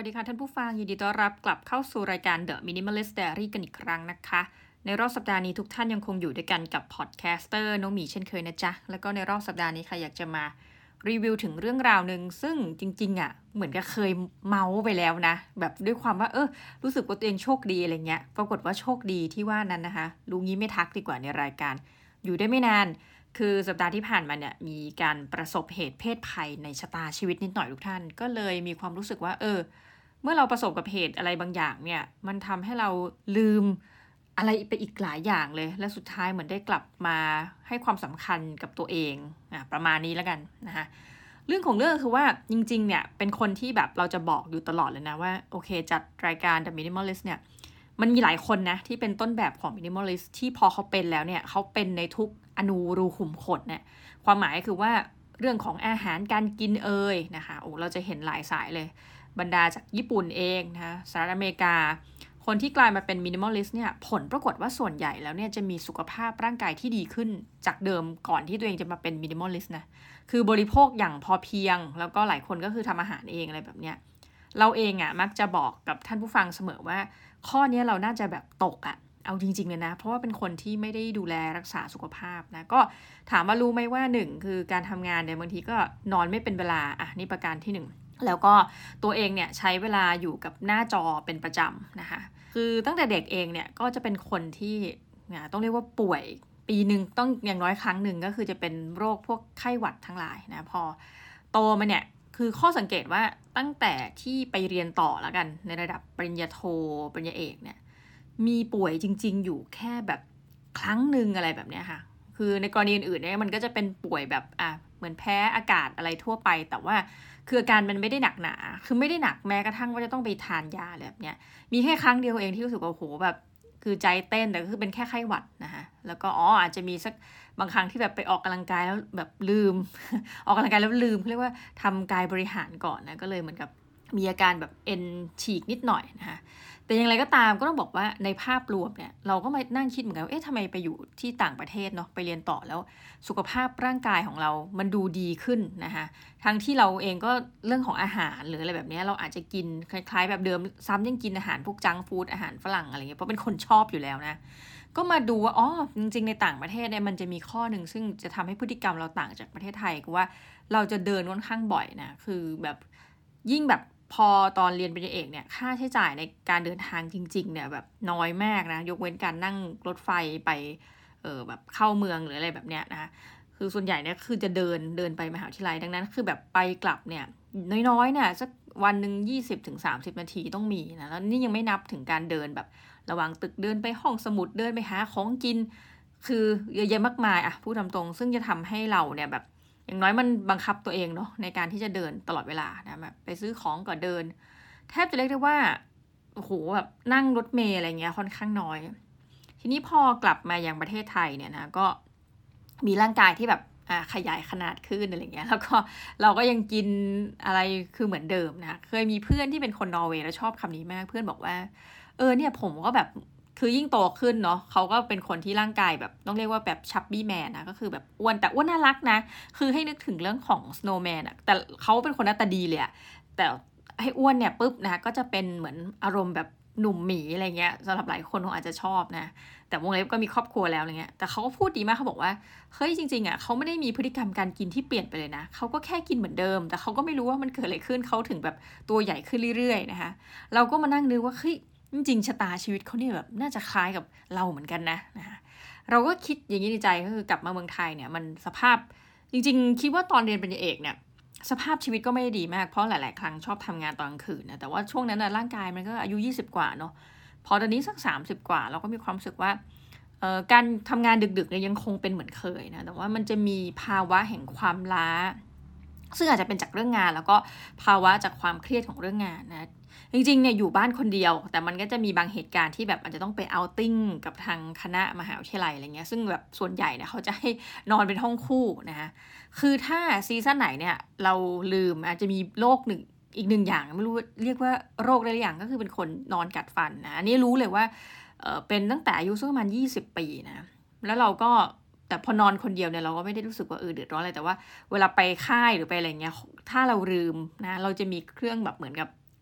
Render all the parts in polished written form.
วัสดีค่ะท่านผู้ฟังยินดีต้อนรับกลับเข้าสู่รายการ The Minimalist Diary กันอีกครั้งนะคะในรอบสัปดาห์นี้ทุกท่านยังคงอยู่ด้วยกันกับพอดแคสเตอร์น้องหมีเช่นเคยนะจ๊ะแล้วก็ในรอบสัปดาห์นี้ค่ะอยากจะมารีวิวถึงเรื่องราวนึงซึ่งจริงๆอ่ะเหมือนกับเคยเมาไปแล้วนะแบบด้วยความว่ารู้สึกว่าตัวเองโชคดีอะไรเงี้ยปรากฏว่าโชคดีที่ว่านั้นนะคะรู้งี้ไม่ทักดีกว่าในรายการอยู่ได้ไม่นานคือสัปดาห์ที่ผ่านมาเนี่ยมีการประสบเหตุเพศภัยในชะตาชีวิตนิดหน่อยทุกท่านก็เลยมีความรู้สึกว่าเมื่อเราประสบกับเหตุอะไรบางอย่างเนี่ยมันทำให้เราลืมอะไรไปอีกหลายอย่างเลยและสุดท้ายเหมือนได้กลับมาให้ความสำคัญกับตัวเองประมาณนี้แล้วกันนะคะเรื่องของเรื่องคือว่าจริงๆเนี่ยเป็นคนที่แบบเราจะบอกอยู่ตลอดเลยนะว่าโอเคจัดรายการ The Minimalist เนี่ยมันมีหลายคนนะที่เป็นต้นแบบของ Minimalist ที่พอเขาเป็นแล้วเนี่ยเขาเป็นในทุกอนูรูขุมขนเนี่ยความหมายคือว่าเรื่องของอาหารการกินนะคะเราจะเห็นหลายสายเลยบรรดาจากญี่ปุ่นเองนะคะสหรัฐอเมริกาคนที่กลายมาเป็นมินิมอลลิสต์เนี่ยผลปรากฏว่าส่วนใหญ่แล้วเนี่ยจะมีสุขภาพร่างกายที่ดีขึ้นจากเดิมก่อนที่ตัวเองจะมาเป็นมินิมอลลิสต์นะคือบริโภคอย่างพอเพียงแล้วก็หลายคนก็คือทำอาหารเองอะไรแบบเนี้ยเราเองมักจะบอกกับท่านผู้ฟังเสมอว่าข้อนี้เราน่าจะแบบตกเอาจริงๆเลยนะเพราะว่าเป็นคนที่ไม่ได้ดูแลรักษาสุขภาพนะก็ถามว่ารู้ไหมว่า1คือการทำงานเนี่ยบางทีก็นอนไม่เป็นเวลานี่ประการที่1แล้วก็ตัวเองเนี่ยใช้เวลาอยู่กับหน้าจอเป็นประจำนะคะคือตั้งแต่เด็กเองเนี่ยก็จะเป็นคนที่ต้องเรียกว่าป่วยปีนึงต้องอย่างน้อยครั้งหนึ่งก็คือจะเป็นโรคพวกไข้หวัดทั้งหลายนะพอโตมาเนี่ยคือข้อสังเกตว่าตั้งแต่ที่ไปเรียนต่อแล้วกันในระดับปริญญาโทปริญญาเอกเนี่ยมีป่วยจริงๆอยู่แค่แบบครั้งหนึ่งอะไรแบบเนี้ยค่ะคือในกรณีอื่นๆเนี่ยมันก็จะเป็นป่วยแบบเหมือนแพ้อากาศอะไรทั่วไปแต่ว่าคืออาการมันไม่ได้หนักหนาคือไม่ได้หนักแม้กระทั่งว่าจะต้องไปทานยาแบบเนี้ยมีแค่ครั้งเดียวเองที่รู้สึกว่าโหแบบคือใจเต้นแต่ก็คือเป็นแค่ไข้หวัดนะคะแล้วก็อาจจะมีสักบางครั้งที่แบบไปออกกำลังกายแล้วแบบลืม ออกกำลังกายแล้วลืมเขาเรียกว่าทำกายบริหารก่อนนะก็เลยเหมือนกับมีอาการแบบเอ็นฉีกนิดหน่อยนะคะแต่อย่างไรก็ตามก็ต้องบอกว่าในภาพรวมเนี่ยเราก็มานั่งคิดเหมือนกันว่าทำไมไปอยู่ที่ต่างประเทศเนาะไปเรียนต่อแล้วสุขภาพร่างกายของเรามันดูดีขึ้นนะคะทั้งที่เราเองก็เรื่องของอาหารหรืออะไรแบบนี้เราอาจจะกินคล้ายๆแบบเดิมซ้ำยังกินอาหารพวกจังฟู้ดอาหารฝรั่งอะไรเงี้ยเพราะเป็นคนชอบอยู่แล้วนะก็มาดูว่าจริงๆในต่างประเทศเนี่ยมันจะมีข้อหนึ่งซึ่งจะทำให้พฤติกรรมเราต่างจากประเทศไทยคือว่าเราจะเดินค่อนข้างบ่อยนะคือแบบยิ่งแบบพอตอนเรียนปริญญาเอกเนี่ยค่าใช้จ่ายในการเดินทางจริงๆเนี่ยแบบน้อยมากนะยกเว้นการนั่งรถไฟไปแบบเข้าเมืองหรืออะไรแบบเนี้ยนะคะคือส่วนใหญ่เนี่ยคือจะเดินไปมหาวิทยาลัยดังนั้นคือแบบไปกลับเนี่ยน้อยๆเนี่ยสักวันนึง20-30 นาทีต้องมีนะแล้วนี่ยังไม่นับถึงการเดินแบบระหว่างตึกเดินไปห้องสมุดเดินไปหาของกินคือเยอะแยะมากมายพูดตามตรงซึ่งจะทำให้เราเนี่ยแบบอย่างน้อยมันบังคับตัวเองเนาะในการที่จะเดินตลอดเวลานะแบบไปซื้อของก็เดินแทบจะเรียกได้ว่าโอ้โหแบบนั่งรถเมล์อะไรเงี้ยค่อนข้างน้อยทีนี้พอกลับมายังประเทศไทยเนี่ยนะก็มีร่างกายที่แบบขยายขนาดขึ้นอะไรเงี้ยแล้วก็เราก็ยังกินอะไรคือเหมือนเดิมนะเคยมีเพื่อนที่เป็นคนนอร์เวย์แล้วชอบคำนี้มากเพื่อนบอกว่าเนี่ยผมก็แบบคือยิ่งโตขึ้นเนาะเขาก็เป็นคนที่ร่างกายแบบต้องเรียกว่าแบบชับบี้แมนนะก็คือแบบอ้วนแต่อ้วนน่ารักนะคือให้นึกถึงเรื่องของสโนว์แมนแต่เขาเป็นคนหน้าตาดีเลยแต่ให้อ้วนเนี่ยปุ๊บนะก็จะเป็นเหมือนอารมณ์แบบหนุ่มหมีอะไรเงี้ยสำหรับหลายคนคงอาจจะชอบนะแต่วงเล็บก็มีครอบครัวแล้วอะไรเงี้ยแต่เขาก็พูดดีมากเขาบอกว่าเฮ้ยจริงๆเขาไม่ได้มีพฤติกรรมการกินที่เปลี่ยนไปเลยนะเขาก็แค่กินเหมือนเดิมแต่เขาก็ไม่รู้ว่ามันเกิดอะไรขึ้นเขาถึงแบบตัวใหญ่ขึ้นเรื่อยๆนะคะเราก็มานั่งนึกว่าเฮ้ยจริงๆชะตาชีวิตเขาเนี่ยแบบน่าจะคล้ายกับเราเหมือนกันนะคะเราก็คิดอย่างนี้ในใจก็คือกลับมาเมืองไทยเนี่ยมันสภาพจริงๆคิดว่าตอนเรียนปริญญาเอกเนี่ยสภาพชีวิตก็ไม่ได้ดีมากเพราะหลายๆครั้งชอบทำงานตอนกลางคืนนะแต่ว่าช่วงนั้นร่างกายมันก็อายุ20กว่าเนาะพอตอนนี้สัก30กว่าเราก็มีความรู้สึกว่าการทำงานดึกๆเนี่ยยังคงเป็นเหมือนเคยนะแต่ว่ามันจะมีภาวะแห่งความล้าซึ่งอาจจะเป็นจากเรื่องงานแล้วก็ภาวะจากความเครียดของเรื่องงานนะจริงๆเนี่ยอยู่บ้านคนเดียวแต่มันก็จะมีบางเหตุการณ์ที่แบบอาจจะต้องไปเอาท์ติ้งกับทางคณะมหาวิทยาลัยอะไรเงี้ยซึ่งแบบส่วนใหญ่เนี่ยเขาจะให้นอนเป็นห้องคู่นะคะคือถ้าซีซั่นไหนเนี่ยเราลืมอาจจะมีโรคหนึ่งอีกหนึ่งอย่างไม่รู้เรียกว่าโรคได้หรือยังก็คือเป็นคนนอนกัดฟันนะอันนี้รู้เลยว่าเป็นตั้งแต่อายุสักประมาณ20 ปีนะแล้วเราก็แต่พอนอนคนเดียวเนี่ยเราก็ไม่ได้รู้สึกว่าเดือดร้อนอะไรแต่ว่าเวลาไปค่ายหรือไปอะไรเงี้ยถ้าเราลืมนะเราจะมีเครื่องแบบเหมือนกับ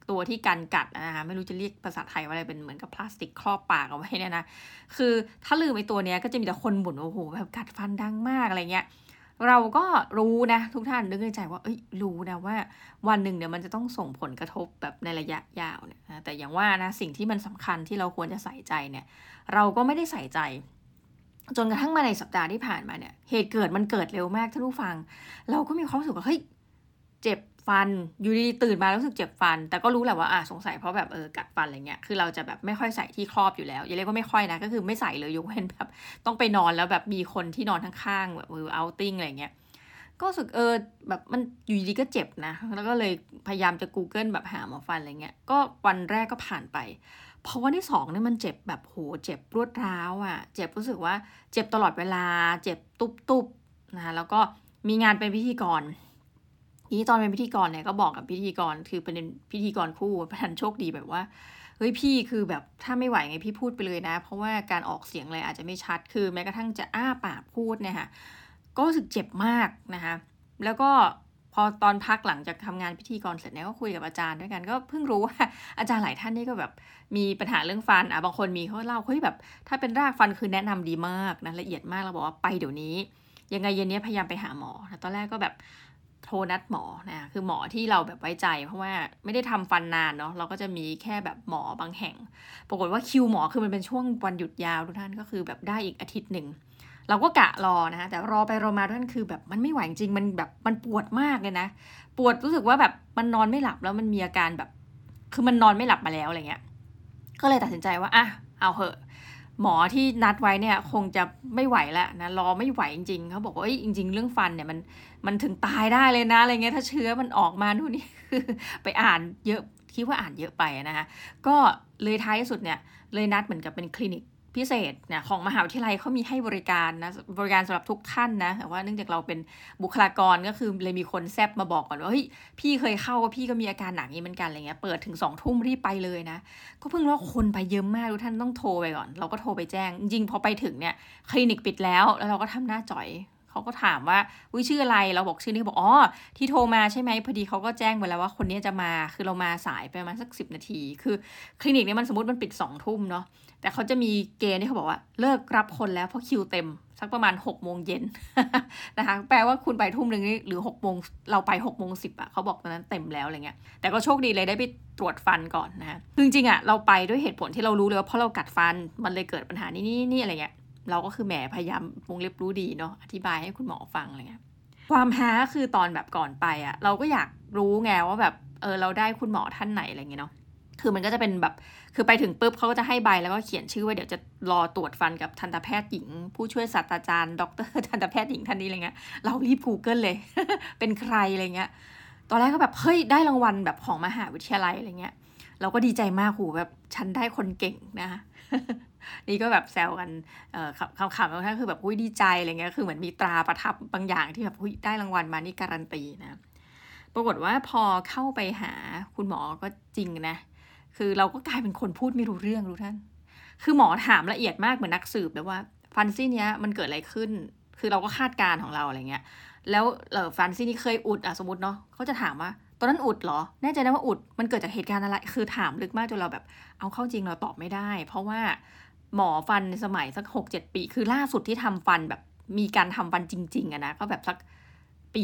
ตัวที่กันกัดนะคะไม่รู้จะเรียกภาษาไทยว่าอะไรเป็นเหมือนกับพลาสติกครอบปากเอาไว้เนี่ยนะคือถ้าลืมไอ้ตัวเนี้ยก็จะมีแต่คนบ่นว่าโอ้โหแบบกัดฟันดังมากอะไรเงี้ยเราก็รู้นะทุกท่านนึกในใจว่ารู้นะว่าวันหนึ่งเนี่ยมันจะต้องส่งผลกระทบแบบในระยะยาวเนี่ยนะแต่อย่างว่านะสิ่งที่มันสำคัญที่เราควรจะใส่ใจเนี่ยเราก็ไม่ได้ใส่ใจจนกระทั่งมาในสัปดาห์ที่ผ่านมาเนี่ยเหตุเกิดมันเกิดเร็วมากท่านผู้ฟังเราก็มีความรู้สึกว่าเฮ้ยเจ็บฟันอยู่ดีตื่นมารู้สึกเจ็บฟันแต่ก็รู้แหละว่าสงสัยเพราะแบบกัดฟันอะไรเงี้ยคือเราจะแบบไม่ค่อยใส่ที่ครอบอยู่แล้วอย่าเรียกว่าไม่ค่อยนะก็คือไม่ใส่เลยยกเว้นแบบต้องไปนอนแล้วแบบมีคนที่นอนข้างๆแบบเอาติ้งอะไรเงี้ยก็รู้สึกแบบมันอยู่ดีก็เจ็บนะแล้วก็เลยพยายามจะ Google แบบหาหมอฟันอะไรเงี้ยก็วันแรกก็ผ่านไปพอวันที่2เนี่ยมันเจ็บแบบโหเจ็บรวดร้าวเจ็บรู้สึกว่าเจ็บตลอดเวลาเจ็บตุ๊บๆนะแล้วก็มีงานเป็นพิธีกรทีนี้ตอนเป็นพิธีกรเนี่ยก็บอกกับพิธีกรคือเป็นพิธีกรคู่ประธานโชคดีแบบว่าเฮ้ยพี่คือแบบถ้าไม่ไหวไงพี่พูดไปเลยนะเพราะว่าการออกเสียงอะไรอาจจะไม่ชัดคือแม้กระทั่งจะอ้าปากพูดเนี่ยค่ะก็รู้สึกเจ็บมากนะคะแล้วก็พอตอนพักหลังจากทำงานพิธีกรเสร็จเนี่ยก็คุยกับอาจารย์ด้วยกันก็เพิ่งรู้ว่าอาจารย์หลายท่านนี่ก็แบบมีปัญหาเรื่องฟันบางคนมีเขาเล่าเฮ้ยแบบถ้าเป็นรากฟันคือแนะนำดีมากนะละเอียดมากเราบอกว่าไปเดี๋ยวนี้ยังไงเย็นนี้พยายามไปหาหมอตอนแรกก็แบบโทรนัดหมอนะคือหมอที่เราแบบไว้ใจเพราะว่าไม่ได้ทำฟันนานเนาะเราก็จะมีแค่แบบหมอบางแห่งปรากฏว่าคิวหมอคือมันเป็นช่วงวันหยุดยาวทุกท่านก็คือแบบได้อีกอาทิตย์หนึ่งเราก็กะรอนะคะแต่รอไปรอมาทุกท่านคือแบบมันไม่ไหวจริงมันแบบมันปวดมากเลยนะปวดรู้สึกว่าแบบมันนอนไม่หลับแล้วมันมีอาการแบบคือมันนอนไม่หลับมาแล้วอะไรเงี้ยก็เลยตัดสินใจว่าเอาเหอะหมอที่นัดไว้เนี่ยคงจะไม่ไหวแล้วนะรอไม่ไหวจริงๆเขาบอกว่าจริงๆเรื่องฟันเนี่ยมันถึงตายได้เลยนะอะไรเงี้ยถ้าเชื้อมันออกมานู่นนี่คือไปอ่านเยอะคิดว่าอ่านเยอะไปนะคะก็เลยท้ายสุดเนี่ยเลยนัดเหมือนกับเป็นคลินิกพิเศษเนี่ยของมหาวิทยาลัยเขามีให้บริการนะบริการสำหรับทุกท่านนะแต่ว่าเนื่องจากเราเป็นบุคลากรก็คือเลยมีคนแซบมาบอกก่อนว่าเฮ้ยพี่เคยเข้าว่าพี่ก็มีอาการหนักนี้เหมือนกันอะไรเงี้ยเปิดถึง2 ทุ่มรีบไปเลยนะก็เพิ่งว่าคนไปเยอะมากทุกท่านต้องโทรไปก่อนเราก็โทรไปแจ้งจริงๆพอไปถึงเนี่ยคลินิกปิดแล้วเราก็ทำหน้าจ่อยเขาก็ถามว่าชื่ออะไรเราบอกชื่อนี้บอกที่โทรมาใช่ไหมพอดีเขาก็แจ้งไปแล้วว่าคนนี้จะมาคือเรามาสายไปประมาณสัก10 นาทีคือคลินิกนี้มันสมมติมันปิด2 ทุ่มเนาะแต่เขาจะมีเกณฑ์ที่เขาบอกว่าเลิกรับคนแล้วเพราะคิวเต็มสักประมาณ6 โมงเย็น นะคะแปลว่าคุณไปทุ่มนึงหรือ6 โมงเราไป6 โมง 10เขาบอกตอนนั้นเต็มแล้วอะไรเงี้ยแต่ก็โชคดีเลยได้ไปตรวจฟันก่อนนะคะจริงๆเราไปด้วยเหตุผลที่เรารู้เลยว่าเพราะเรากัดฟันมันเลยเกิดปัญหานี่อะไรเงี้ยเราก็คือแหมพยายามวงเล็บรู้ดีเนาะอธิบายให้คุณหมอฟังอะไรเงี้ยความฮาคือตอนแบบก่อนไปเราก็อยากรู้ไงว่าแบบเราได้คุณหมอท่านไหนอะไรเงี้ยเนาะคือมันก็จะเป็นแบบคือไปถึงปุ๊บเขาก็จะให้ใบแล้วก็เขียนชื่อว่าเดี๋ยวจะรอตรวจฟันกับทันตแพทย์หญิงผู้ช่วยศาสตราจารย์ดรทันตแพทย์หญิงท่านนี้อะไรเงี้ยเรารีบ Google เลย เป็นใครอะไรเงี้ยตอนแรกก็แบบเฮ้ยได้รางวัลแบบของมหาวิทยาลัยอะไรเงี้ยเราก็ดีใจมากหูแบบฉันได้คนเก่งนะคะ นี่ก็แบบแซวกันขำๆแล้วคือแบบดีใจอะไรเงี้ยคือเหมือนมีตราประทับบางอย่างที่แบบได้รางวัลมานี่การันตีนะปรากฏว่าพอเข้าไปหาคุณหมอก็จริงนะคือเราก็กลายเป็นคนพูดไม่รู้เรื่องทุกท่านคือหมอถามละเอียดมากเหมือนนักสืบเลยว่าฟันซี่เนี้ยมันเกิดอะไรขึ้นคือเราก็คาดการณ์ของเราอะไรเงี้ยแล้วฟันซี่นี้เคยอุดสมมติเนาะเขาจะถามว่าตอนนั้นอุดเหรอแน่ใจนะว่าอุดมันเกิดจากเหตุการณ์อะไรคือถามลึกมากจนเราแบบเอาเข้าจริงเราตอบไม่ได้เพราะว่าหมอฟันในสมัยสัก 6-7 ปีคือล่าสุดที่ทำฟันแบบมีการทำฟันจริงๆนะก็แบบสักปี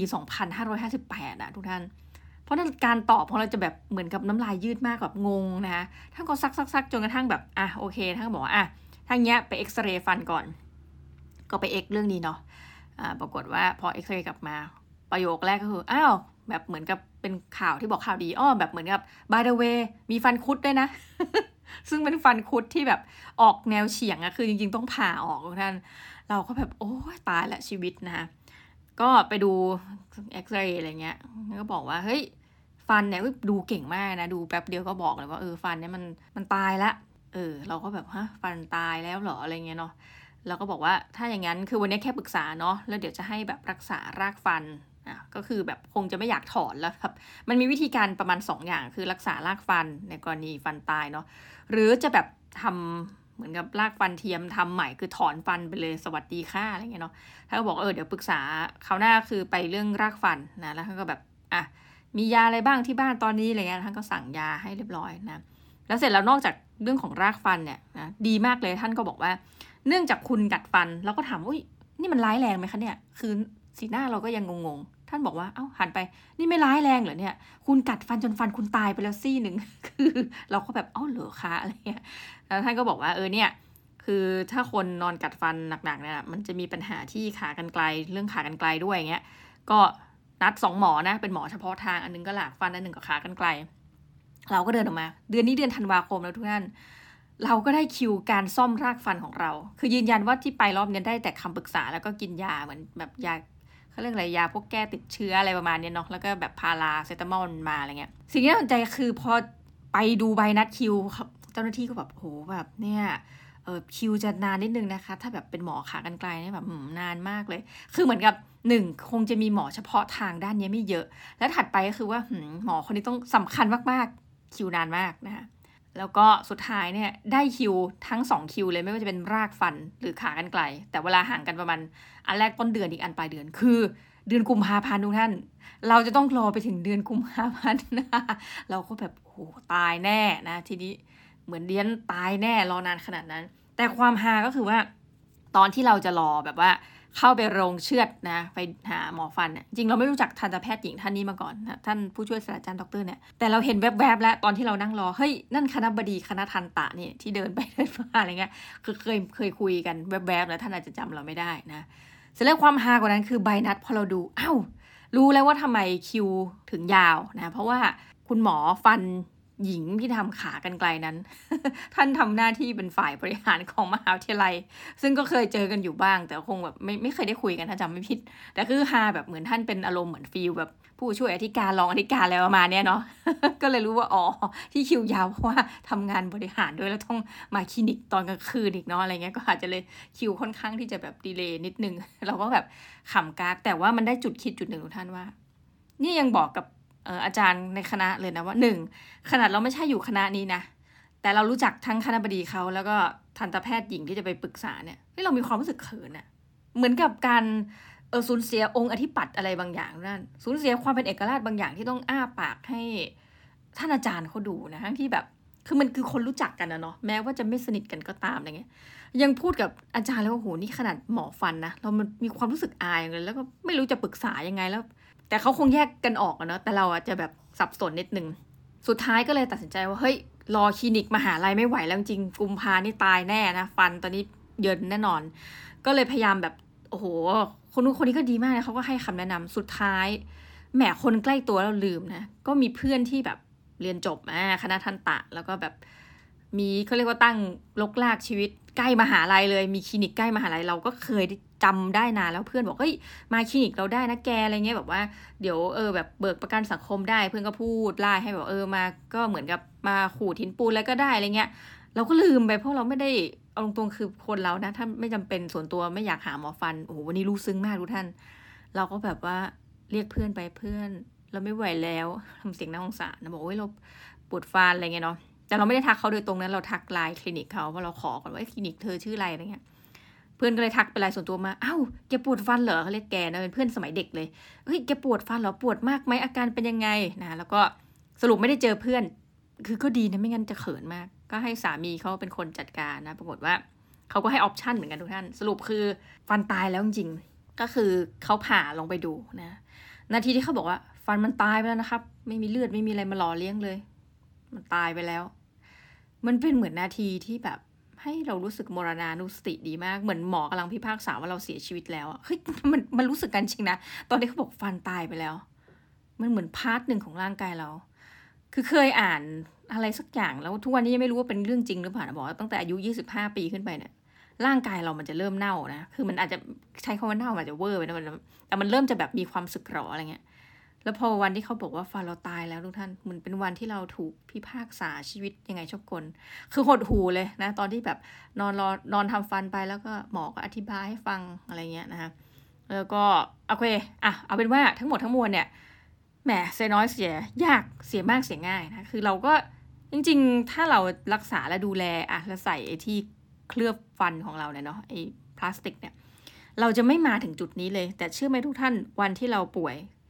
2558ทุกท่านเพราะนั้นการตอบของเราจะแบบเหมือนกับน้ำลายยืดมากแบบงงนะคะท่านก็ซักจนกระทั่งแบบโอเคท่านก็บอกว่าทางเนี้ยไปเอ็กซเรย์ฟันก่อนก็ไปเอ็กเรื่องนี้เนาะปรากฏว่าพอเอ็กซเรย์กลับมาประโยคแรกก็คือแบบเหมือนกับเป็นข่าวที่บอกข่าวดีแบบเหมือนกับ by the way มีฟันคุดด้วยนะ ซึ่งเป็นฟันคุดที่แบบออกแนวเฉียงคือจริงๆต้องผ่าออกทุกท่านเราก็แบบโอ้ยตายละชีวิตนะคะก็ไปดูเอ็กซเรย์อะไรเงี้ยก็บอกว่าเฮ้ยฟันเนี่ยดูเก่งมากนะดูแป๊บเดียวก็บอกเลยว่าฟันเนี่ยมันตายละเราก็แบบฟันตายแล้วเหรออะไรเงี้ยเนาะเราก็บอกว่าถ้าอย่างนั้นคือวันนี้แค่ปรึกษาเนาะแล้วเดี๋ยวจะให้แบบรักษารากฟันก็คือแบบคงจะไม่อยากถอนแล้วครับมันมีวิธีการประมาณ2 อย่างคือรักษารากฟันในกรณีฟันตายเนาะหรือจะแบบทำเหมือนกับรากฟันเทียมทำใหม่คือถอนฟันไปเลยสวัสดีค่ะอะไรเงี้ยเนาะถ้าก็บอกเดี๋ยวปรึกษาคราวหน้าคือไปเรื่องรากฟันนะแล้วเขาก็แบบมียาอะไรบ้างที่บ้านตอนนี้อะไรเงี้ยท่านก็สั่งยาให้เรียบร้อยนะแล้วเสร็จแล้วนอกจากเรื่องของรากฟันเนี่ยนะดีมากเลยท่านก็บอกว่าเนื่องจากคุณกัดฟันเราก็ถามอุ้ยนี่มันร้ายแรงไหมคะเนี่ยคือสีหน้าเราก็ยังงงๆท่านบอกว่าเอ้าหันไปนี่ไม่ร้ายแรงเหรอเนี่ยคุณกัดฟันจนฟันคุณตายไปแล้วซี่หนึ่ง คือเราก็แบบอ้าวเหรอคะอะไรเงี้ยแล้วท่านก็บอกว่าเนี่ยคือถ้าคนนอนกัดฟันหนักๆเนี่ยมันจะมีปัญหาที่ขากรรไกรเรื่องขากรรไกรด้วยอย่างเงี้ยก็นัด2หมอนะเป็นหมอเฉพาะทางอันนึงก็หลากฟันอันนึงก็ขากรรไกรเราก็เดินออกมาเดือนนี้เดือนธันวาคมแล้วทุกท่านเราก็ได้คิวการซ่อมรากฟันของเราคือยืนยันว่าที่ไปรอบนี้ได้แต่คำปรึกษาแล้วก็กินยาเหมือนแบบยาเขาเรียกอะไรยาพวกแก้ติดเชื้ออะไรประมาณนี้เนาะแล้วก็แบบพาราเซตามอลมาอะไรเงี้ยสิ่งที่น่าสนใจคือพอไปดูใบนัดคิวเจ้าหน้าที่ก็แบบโหแบบเนี่ยคิวจะนานนิดนึงนะคะถ้าแบบเป็นหมอขากรรไกรเนี่ยแบบนานมากเลยคือเหมือนกับ1คงจะมีหมอเฉพาะทางด้านนี้ไม่เยอะแล้วถัดไปก็คือว่าหมอคนนี้ต้องสำคัญมากๆคิวนานมากนะคะแล้วก็สุดท้ายเนี่ยได้คิวทั้ง2คิวเลยไม่ว่าจะเป็นรากฟันหรือขากรรไกรแต่เวลาห่างกันประมาณอันแรกต้นเดือนอีกอันปลายเดือนคือเดือนกุมภาพันธ์ทุกท่านเราจะต้องรอไปถึงเดือนกุมภาพันธ์นะเราก็แบบโหตายแน่นะทีนี้เหมือนเดียนตายแน่รอนานขนาดนั้นแต่ความฮาก็คือว่าตอนที่เราจะรอแบบว่าเข้าไปโรงเชือดนะไปหาหมอฟันเนี่ยจริงเราไม่รู้จักทันตแพทย์หญิงท่านนี้มาก่อนนะท่านผู้ช่วยศาสตราจารย์ดรเนี่ยแต่เราเห็นแวบๆแล้วตอนที่เรานั่งรอเฮ้ยนั่นคณบดีคณะทันตะนี่ที่เดินไปเดินมาอะไรเงี้ยคือเคยคุยกันแวบๆแล้วท่านอาจจะจำเราไม่ได้นะเสร็จแล้วความฮากว่านั้นคือใบนัดพอเราดูอ้าวรู้แล้วว่าทำไมคิวถึงยาวนะเพราะว่าคุณหมอฟันหญิงที่ทำขากรรไกรนั้น ท่านทำหน้าที่เป็นฝ่ายบริหารของมหาวิทยาลัยซึ่งก็เคยเจอกันอยู่บ้างแต่คงแบบไม่เคยได้คุยกันถ้าจำไม่ผิดแต่คือฮาแบบเหมือนท่านเป็นอารมณ์เหมือนฟีลแบบผู้ช่วยอธิการรองอธิการอะไรประมาณนี้เนาะ ก็เลยรู้ว่าที่คิวยาวเพราะว่าทำงานบริหารด้วยแล้วต้องมาคลินิกตอนกลางคืนอีกเนาะอะไรเงี้ยก็อาจจะเลยคิวค่อนข้างที่จะแบบดีเลย์นิดนึง เราก็แบบขำกากแต่ว่ามันได้จุดคิดจุดหนึ่งของท่านว่านี่ยังบอกกับอาจารย์ในคณะเลยนะว่า1ขนาดเราไม่ใช่อยู่คณะนี้นะแต่เรารู้จักทั้งคณบดีเขาแล้วก็ทันตแพทย์หญิงที่จะไปปรึกษาเนี่ยเรามีความรู้สึกเขินอะเหมือนกับการสูญเสียองค์อธิปัตย์อะไรบางอย่างนั่นสูญเสียความเป็นเอกราชบางอย่างที่ต้องอ้าปากให้ท่านอาจารย์เขาดูนะทั้งที่แบบคือมันคือคนรู้จักกันนะเนาะแม้ว่าจะไม่สนิทกันก็ตามอะไรเงี้ยยังพูดกับอาจารย์แล้วว่าโหนี่ขนาดหมอฟันนะเรามันมีความรู้สึกอายเลยแล้วก็ไม่รู้จะปรึกษายังไงแล้วแต่เขาคงแยกกันออกอะเนาะแต่เราอาจจะแบบสับสนนิดนึงสุดท้ายก็เลยตัดสินใจว่าเฮ้ยรอคลินิกมหาลัยไม่ไหวแล้วจริงกุมภานี่ตายแน่นะฟันตอนนี้เยินแน่นอนก็เลยพยายามแบบโอ้โหคนนู้นคนนี้ก็ดีมากเลยเขาก็ให้คำแนะนำสุดท้ายแหมคนใกล้ตัวเราลืมนะก็มีเพื่อนที่แบบเรียนจบคณะทันตะแล้วก็แบบมีเขาเรียกว่าตั้งลกลากชีวิตใกล้มหาลัยเลยมีคลินิกใกล้มหาลัยเราก็เคยจำได้นานแล้วเพื่อนบอกเฮ้ยมาคลินิกเราได้นะแกอะไรเงี้ยแบบว่าเดี๋ยวแบบเบิกประกันสังคมได้เพื่อนก็พูดไล่ให้แบบมาก็เหมือนกับมาขูดหินปูนแล้วก็ได้อะไรเงี้ยเราก็ลืมไปเพราะเราไม่ได้เอาตรงๆคือคนเรานะถ้าไม่จำเป็นส่วนตัวไม่อยากหาหมอฟันโอ้โหวันนี้รู้ซึ้งมากทุกท่านเราก็แบบว่าเรียกเพื่อนไปเพื่อนเราไม่ไหวแล้วทำเสียงน่าสงสารนะบอกว่าเราปวดฟันอะไรเงี้ยเนาะแต่เราไม่ได้ทักเขาโดยตรงนั้นเราทักไลน์คลินิกเขาเพราะเราขอก่อนว่าคลินิกเธอชื่ออะไรอะไรเงี้ยเพื่อนก็เลยทักเป็นไลน์ส่วนตัวมาอ้าวแกปวดฟันเหรอเขาเรียกแกนะเป็นเพื่อนสมัยเด็กเลยเฮ้ยแกปวดฟันเหรอปวดมากไหมอาการเป็นยังไงนะแล้วก็สรุปไม่ได้เจอเพื่อนคือก็ดีนะไม่งั้นจะเขินมากก็ให้สามีเขาเป็นคนจัดการนะปรากฏว่าเขาก็ให้ออปชั่นเหมือนกันทุกท่านสรุปคือฟันตายแล้วจริงๆก็คือเขาผ่าลงไปดูนะนาทีที่เขาบอกว่าฟันมันตายไปแล้วนะครับไม่มีเลือดไม่มีอะไรมาหล่อเลี้ยงเลยมันตายไปแล้วมันเป็นเหมือนนาทีที่แบบให้เรารู้สึกมรณานุสติดีมากเหมือนหมอกำลังพิพากษาว่าเราเสียชีวิตแล้วเฮ้ยมันรู้สึกกันจริงนะตอนที่เขาบอกฟันตายไปแล้วมันเหมือนพาร์ทหนึ่งของร่างกายเราคือเคยอ่านอะไรสักอย่างแล้วทุกวันนี้ยังไม่รู้ว่าเป็นเรื่องจริงหรือเปล่านะบอกว่าตั้งแต่อายุ25ปีขึ้นไปเนี่ยร่างกายเรามันจะเริ่มเน่านะคือมันอาจจะใช้คำว่าเน่าอาจจะเวอร์ไปนะแต่มันเริ่มจะแบบมีความสึกหรออะไรเงี้ยแล้วพอวันที่เขาบอกว่าฟันเราตายแล้วทุกท่านมันเป็นวันที่เราถูกพิพากษาชีวิตยังไงชอบกลคือหดหูเลยนะตอนที่แบบนอนทำฟันไปแล้วก็หมอก็อธิบายให้ฟังอะไรเงี้ยนะคะแล้วก็โอเคเอาเป็นว่าทั้งหมดทั้งมวลเนี่ยแหมเสียน้อยเสียยากเสียมากเสียง่ายนะคือเราก็จริงๆถ้าเรารักษาและดูแลแล้วใส่ไอ้ที่เคลือบฟันของเราเนี่ยเนาะไอ้พลาสติกเนี่ยเราจะไม่มาถึงจุดนี้เลยแต่เชื่อไหมทุกท่านวันที่เราป่วย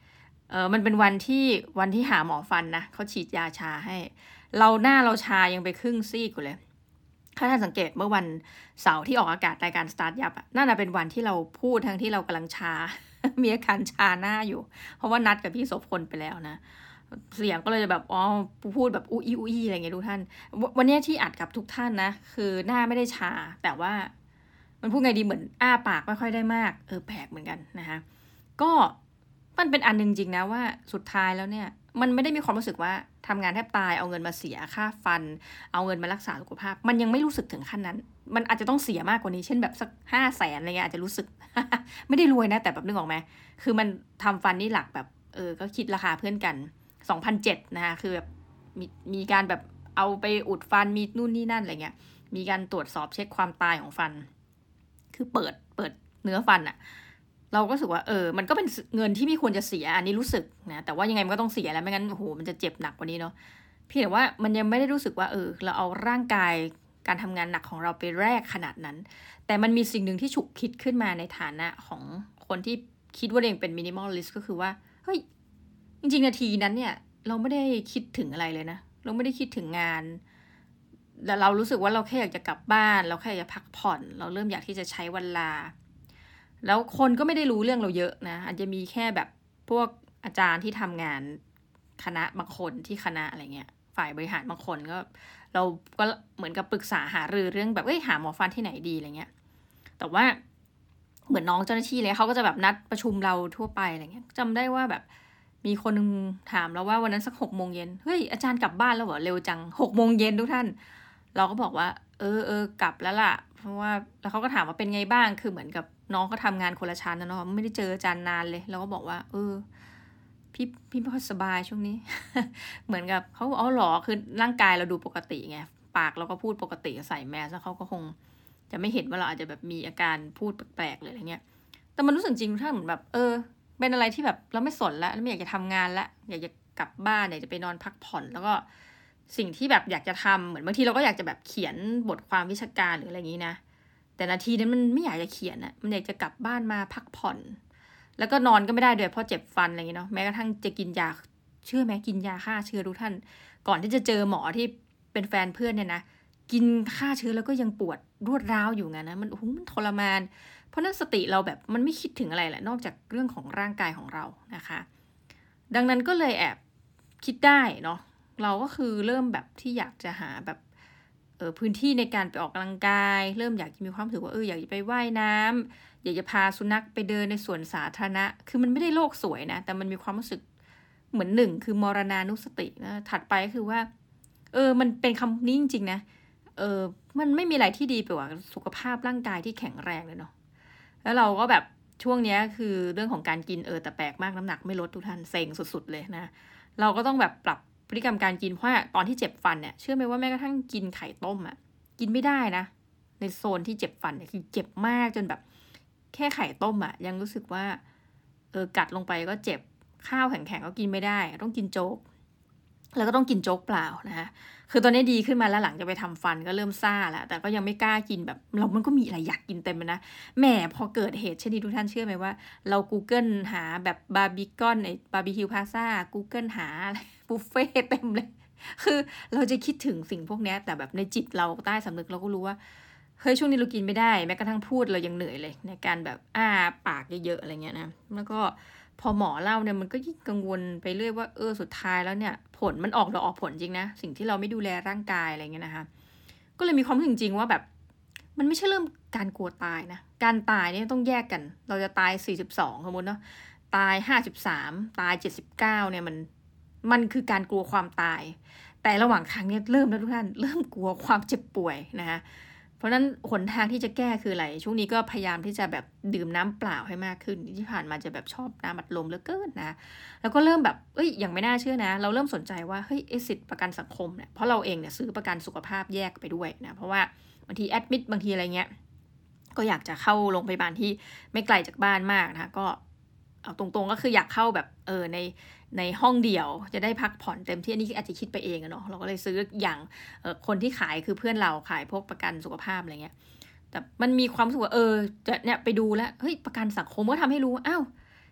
มันเป็นวันที่หาหมอฟันนะเขาฉีดยาชาให้หน้าเราชายังไปครึ่งซีกอยู่เลยถ้าท่านสังเกตเมื่อวันเสาร์ที่ออกอากาศรายการสตาร์ทยับนั่นเป็นวันที่เราพูดทั้งที่เรากำลังชา มีอาการชาหน้าอยู่เพราะว่านัดกับพี่โสพลไปแล้วนะเสียงก็เลยแบบพูดแบบอุ้ยอุ้ยอะไรเงี้ยทุกท่านวันนี้ที่อัดกับทุกท่านนะคือหน้าไม่ได้ชาแต่ว่ามันพูดไงดีเหมือนอ้าปากไม่ค่อยได้มากแปลกเหมือนกันนะคะก็มันเป็นอันนึงจริงนะว่าสุดท้ายแล้วเนี่ยมันไม่ได้มีความรู้สึกว่าทำงานแทบตายเอาเงินมาเสียค่าฟันเอาเงินมารักษาสุขภาพมันยังไม่รู้สึกถึงขั้นนั้นมันอาจจะต้องเสียมากกว่านี้เช่นแบบสัก500,000อะไรเงี้ยอาจจะรู้สึก ไม่ได้รวยนะแต่แบบนึกออกไหมคือมันทำฟันนี่หลักแบบก็คิดราคาเพื่อนกัน2,700นะคะคือแบบมีการแบบเอาไปอุดฟันมีนู่นนี่นั่นอะไรเงี้ยมีการตรวจสอบเช็คความตายของฟันคือเปิดเนื้อฟันอะเราก็รู้สึกว่ามันก็เป็นเงินที่ไม่ควรจะเสียอันนี้รู้สึกนะแต่ว่ายังไงมันก็ต้องเสียแล้วไม่งั้นโอ้โหมันจะเจ็บหนักกว่านี้เนาะเพียงแต่ว่ามันยังไม่ได้รู้สึกว่าเราเอาร่างกายการทำงานหนักของเราไปแลกขนาดนั้นแต่มันมีสิ่งหนึ่งที่ฉุกคิดขึ้นมาในฐานะของคนที่คิดว่าเองเป็นมินิมอลลิสต์ก็คือว่าเฮ้ยจริงๆนาทีนั้นเนี่ยเราไม่ได้คิดถึงอะไรเลยนะเราไม่ได้คิดถึงงานแต่เรารู้สึกว่าเราแค่อยากจะกลับบ้านเราแค่อยากจะพักผ่อนเราเริ่มอยากที่จะใช้วันลาแล้วคนก็ไม่ได้รู้เรื่องเราเยอะนะอาจจะมีแค่แบบพวกอาจารย์ที่ทำงานคณะบางคนที่คณะอะไรเงี้ยฝ่ายบริหารบางคนก็เราก็เหมือนกับปรึกษาหารือเรื่องแบบหาหมอฟันที่ไหนดีอะไรเงี้ยแต่ว่าเหมือนน้องเจ้าหน้าที่เลยเขาก็จะแบบนัดประชุมเราทั่วไปอะไรเงี้ยจำได้ว่าแบบมีคนนึงถามเราว่าวันนั้นสัก6:00 นเฮ้ยอาจารย์กลับบ้านแล้วเหรอเร็วจัง6:00 นทุกท่านเราก็บอกว่ากลับแล้วล่ะเพราะว่าแล้วเขาก็ถามว่าเป็นไงบ้างคือเหมือนกับน้องก็ทำงานคนละชั้นนะเนาะไม่ได้เจออาจารย์นานเลยเราก็บอกว่าพี่ไม่ค่อยสบายช่วงนี้ เหมือนกับเขาหรอคือร่างกายเราดูปกติไงปากเราก็พูดปกติใส่แมสแล้วเขาก็คงจะไม่เห็นว่าเราอาจจะแบบมีอาการพูดแปลกๆเลยอะไรเงี้ยแต่มันรู้สึกจริงถ้าเหมือนแบบเป็นอะไรที่แบบเราไม่สนแล้วไม่อยากจะทำงานแล้วอยากจะกลับบ้านอยากจะไปนอนพักผ่อนแล้วก็สิ่งที่แบบอยากจะทำเหมือนบางทีเราก็อยากจะแบบเขียนบทความวิชาการหรืออะไรอย่างนี้นะแต่นาทีนั้นมันไม่อยากจะเขียนอะมันอยากจะกลับบ้านมาพักผ่อนแล้วก็นอนก็ไม่ได้ด้วยเพราะเจ็บฟันอะไรอย่างนี้เนาะแม้กระทั่งจะกินยาเชื่อไหมกินยาฆ่าเชื้อทุกท่านก่อนที่จะเจอหมอที่เป็นแฟนเพื่อนเนี่ยนะกินฆ่าเชื้อแล้วก็ยังปวดรวดร้าวอยู่ไงนะมันทรมานเพราะนั้นสติเราแบบมันไม่คิดถึงอะไรแหละนอกจากเรื่องของร่างกายของเรานะคะดังนั้นก็เลยแอบคิดได้เนาะเราก็คือเริ่มแบบที่อยากจะหาแบบพื้นที่ในการไปออกกำลังกายเริ่มอยากจะมีความรู้สึกว่าอยากจะไปว่ายน้ำอยากจะพาสุนัขไปเดินในสวนสาธารณะคือมันไม่ได้โลกสวยนะแต่มันมีความรู้สึกเหมือน1คือมรณานุสตินะถัดไปก็คือว่ามันเป็นคำนี้จริงๆนะมันไม่มีอะไรที่ดีไปกว่าสุขภาพร่างกายที่แข็งแรงเลยเนาะแล้วเราก็แบบช่วงนี้คือเรื่องของการกินแต่แปลกมากน้ำหนักไม่ลดทุกท่านเซ็งสุดๆเลยนะเราก็ต้องแบบปรับพฤติกรรมการกินเพราะตอนที่เจ็บฟันเนี่ยเชื่อไหมว่าแม้กระทั่งกินไข่ต้มอ่ะกินไม่ได้นะในโซนที่เจ็บฟันเนี่ยคือเจ็บมากจนแบบแค่ไข่ต้มอ่ะยังรู้สึกว่ากัดลงไปก็เจ็บข้าวแข็งๆก็กินไม่ได้ต้องกินโจ๊กแล้วก็ต้องกินโจ๊กเปล่านะคะคือตอนนี้ดีขึ้นมาแล้วหลังจากไปทำฟันก็เริ่มซ่าแล้วแต่ก็ยังไม่กล้ากินแบบมันก็มีอะไรอยากกินเต็มเลยนะแหมพอเกิดเหตุเช่นนี้ทุกท่านเชื่อไหมว่าเรา Google หาแบบบาร์บีคอนบาร์บีคิวพาซ่า Google หาอะไรบุฟเฟ่เต็มเลยคือเราจะคิดถึงสิ่งพวกนี้แต่แบบในจิตเราใต้สำนึกเราก็รู้ว่าเฮ้ยช่วงนี้เรากินไม่ได้แม้กระทั่งพูดเรายังเหนื่อยเลยในการแบบปากเยอะๆอะไรเงี้ยนะแล้วก็พอหมอเล่าเนี่ยมันก็ยิ่งกังวลไปเรื่อยว่าสุดท้ายแล้วเนี่ยผลมันออกผลจริงนะสิ่งที่เราไม่ดูแลร่างกายอะไรเงี้ยนะคะก็เลยมีความรู้สึกจริงว่าแบบมันไม่ใช่เรื่องการกลัวตายนะการตายเนี่ยต้องแยกกันเราจะตาย42สมมติเนาะตาย53ตาย79เนี่ยมันคือการกลัวความตายแต่ระหว่างทางเนี่ยเริ่มแล้วทุกท่านเริ่มกลัวความเจ็บป่วยนะคะเพราะนั้นหนทางที่จะแก้คืออะไรช่วงนี้ก็พยายามที่จะแบบดื่มน้ำเปล่าให้มากขึ้นที่ผ่านมาจะแบบชอบน้ำอัดลมเหลือเกินนะแล้วก็เริ่มแบบอย่างไม่น่าเชื่อนะเราเริ่มสนใจว่าเฮ้ยสิทธิประกันสังคมเนี่ยเพราะเราเองเนี่ยซื้อประกันสุขภาพแยกไปด้วยนะเพราะว่าบางทีแอดมิดบางทีอะไรเงี้ยก็อยากจะเข้าโรงพยาบาลที่ไม่ไกลจากบ้านมากนะก็เอาตรงๆก็คืออยากเข้าแบบในห้องเดี่ยวจะได้พักผ่อนเต็มที่อันนี้อาจจะคิดไปเองเนาะเราก็เลยซื้ออย่างคนที่ขายคือเพื่อนเราขายพวกประกันสุขภาพอะไรเงี้ยแต่มันมีความรู้สึกว่าจะเนี่ยไปดูแล้วเฮ้ยประกันสังคมก็ทำให้รู้อ้าว